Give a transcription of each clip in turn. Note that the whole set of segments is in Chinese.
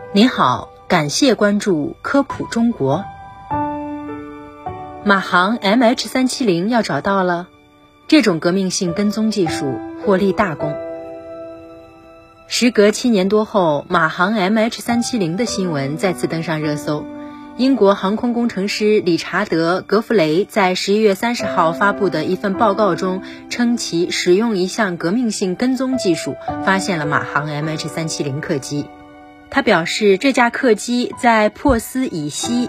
您好，感谢关注科普中国。马航 MH370 要找到了，这种革命性跟踪技术获立大功。时隔7年多后，马航 MH370 的新闻再次登上热搜。英国航空工程师理查德·格弗雷在11月30号发布的一份报告中称，其使用一项革命性跟踪技术发现了马航 MH370 客机。他表示，这架客机在珀斯以西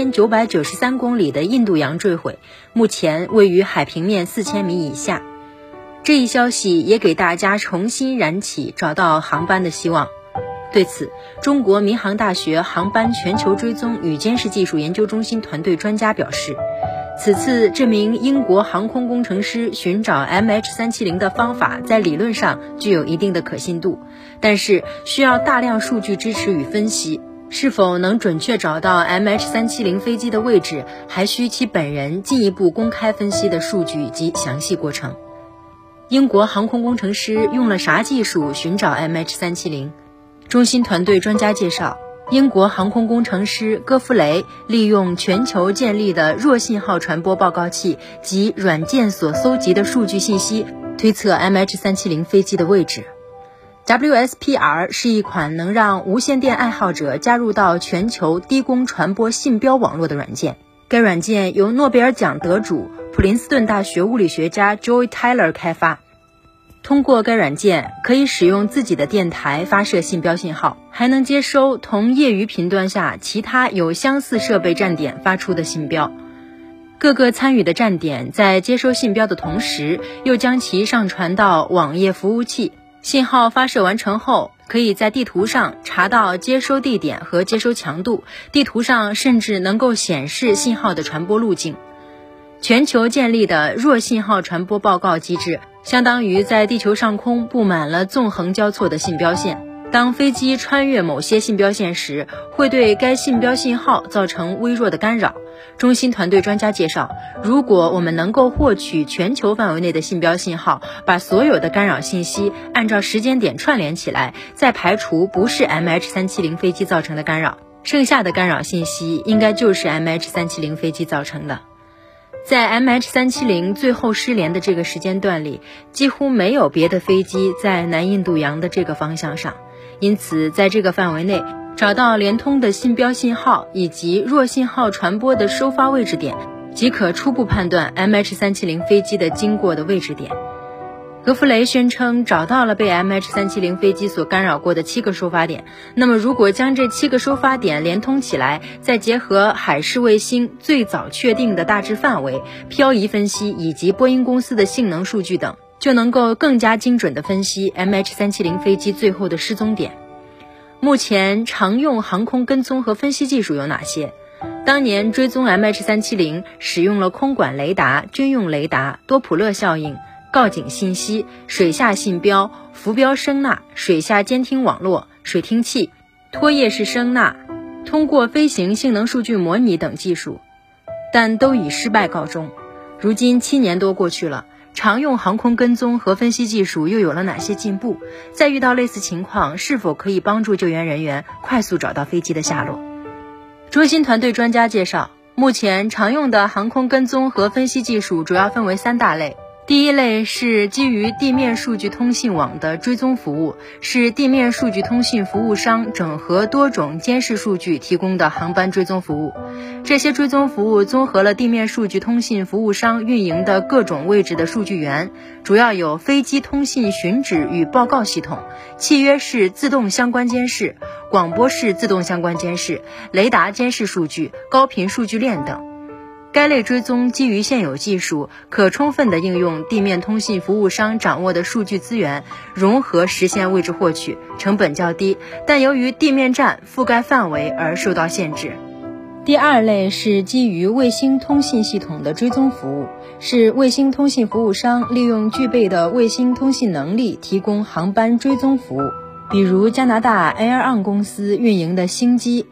1993公里的印度洋坠毁，目前位于海平面4000米以下。这一消息也给大家重新燃起找到航班的希望。对此，中国民航大学航班全球追踪与监视技术研究中心团队专家表示，此次这名英国航空工程师寻找 MH370 的方法在理论上具有一定的可信度，但是需要大量数据支持与分析，是否能准确找到 MH370 飞机的位置，还需其本人进一步公开分析的数据及详细过程。英国航空工程师用了啥技术寻找 MH370？ 中心团队专家介绍，英国航空工程师戈弗雷利用全球建立的弱信号传播报告器及软件所搜集的数据信息，推测 MH370 飞机的位置。WSPR 是一款能让无线电爱好者加入到全球低空传播信标网络的软件。该软件由诺贝尔奖得主、普林斯顿大学物理学家 Joy Taylor 开发。通过该软件，可以使用自己的电台发射信标信号，还能接收同业余频段下其他有相似设备站点发出的信标。各个参与的站点在接收信标的同时，又将其上传到网页服务器。信号发射完成后，可以在地图上查到接收地点和接收强度，地图上甚至能够显示信号的传播路径。全球建立的弱信号传播报告机制，相当于在地球上空布满了纵横交错的信标线。当飞机穿越某些信标线时，会对该信标信号造成微弱的干扰。中心团队专家介绍，如果我们能够获取全球范围内的信标信号，把所有的干扰信息按照时间点串联起来，再排除不是 MH370 飞机造成的干扰，剩下的干扰信息应该就是 MH370 飞机造成的。在 MH370 最后失联的这个时间段里，几乎没有别的飞机在南印度洋的这个方向上，因此在这个范围内找到联通的信标信号以及弱信号传播的收发位置点，即可初步判断 MH370 飞机的经过的位置点。格弗雷宣称找到了被 MH370 飞机所干扰过的7个收发点，那么如果将这7个收发点连通起来，再结合海事卫星最早确定的大致范围、漂移分析以及波音公司的性能数据等，就能够更加精准地分析 MH370 飞机最后的失踪点。目前常用航空跟踪和分析技术有哪些？当年追踪 MH370 使用了空管雷达、军用雷达、多普勒效应、告警信息、水下信标、浮标声呐、水下监听网络、水听器、拖曳式声呐，通过飞行性能数据模拟等技术，但都以失败告终。如今7年多过去了，常用航空跟踪和分析技术又有了哪些进步？在遇到类似情况，是否可以帮助救援人员快速找到飞机的下落？中心团队专家介绍，目前常用的航空跟踪和分析技术主要分为3大类。第一类是基于地面数据通信网的追踪服务，是地面数据通信服务商整合多种监视数据提供的航班追踪服务。这些追踪服务综合了地面数据通信服务商运营的各种位置的数据源，主要有飞机通信寻址与报告系统、契约式自动相关监视、广播式自动相关监视、雷达监视数据、高频数据链等。该类追踪基于现有技术，可充分地应用地面通信服务商掌握的数据资源，融合实现位置获取，成本较低，但由于地面站覆盖范围而受到限制。第二类是基于卫星通信系统的追踪服务，是卫星通信服务商利用具备的卫星通信能力提供航班追踪服务。比如加拿大 AirOn 公司运营的星机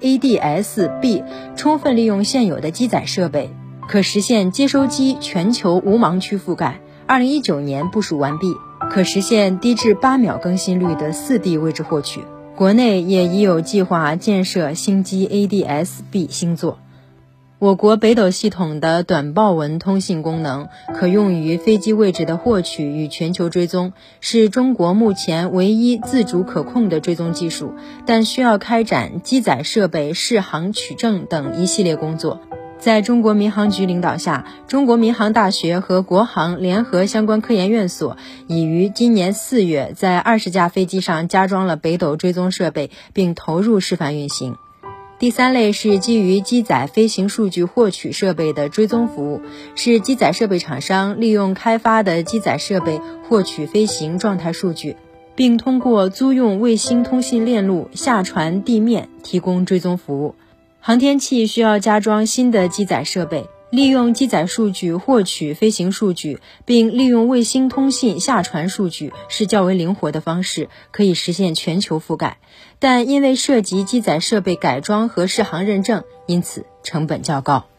ADS-B， 充分利用现有的机载设备，可实现接收机全球无盲区覆盖，2019年部署完毕，可实现低至8秒更新率的4D 位置获取。 国内也已有计划建设星基 ADS-B 星座。我国北斗系统的短报文通信功能可用于飞机位置的获取与全球追踪，是中国目前唯一自主可控的追踪技术，但需要开展机载设备适航取证等一系列工作。在中国民航局领导下，中国民航大学和国航联合相关科研院所已于今年4月在20架飞机上加装了北斗追踪设备，并投入示范运行。第三类是基于机载飞行数据获取设备的追踪服务，是机载设备厂商利用开发的机载设备获取飞行状态数据，并通过租用卫星通信链路下传地面提供追踪服务。航天器需要加装新的机载设备，利用机载数据获取飞行数据，并利用卫星通信下传数据，是较为灵活的方式，可以实现全球覆盖。但因为涉及机载设备改装和适航认证，因此成本较高。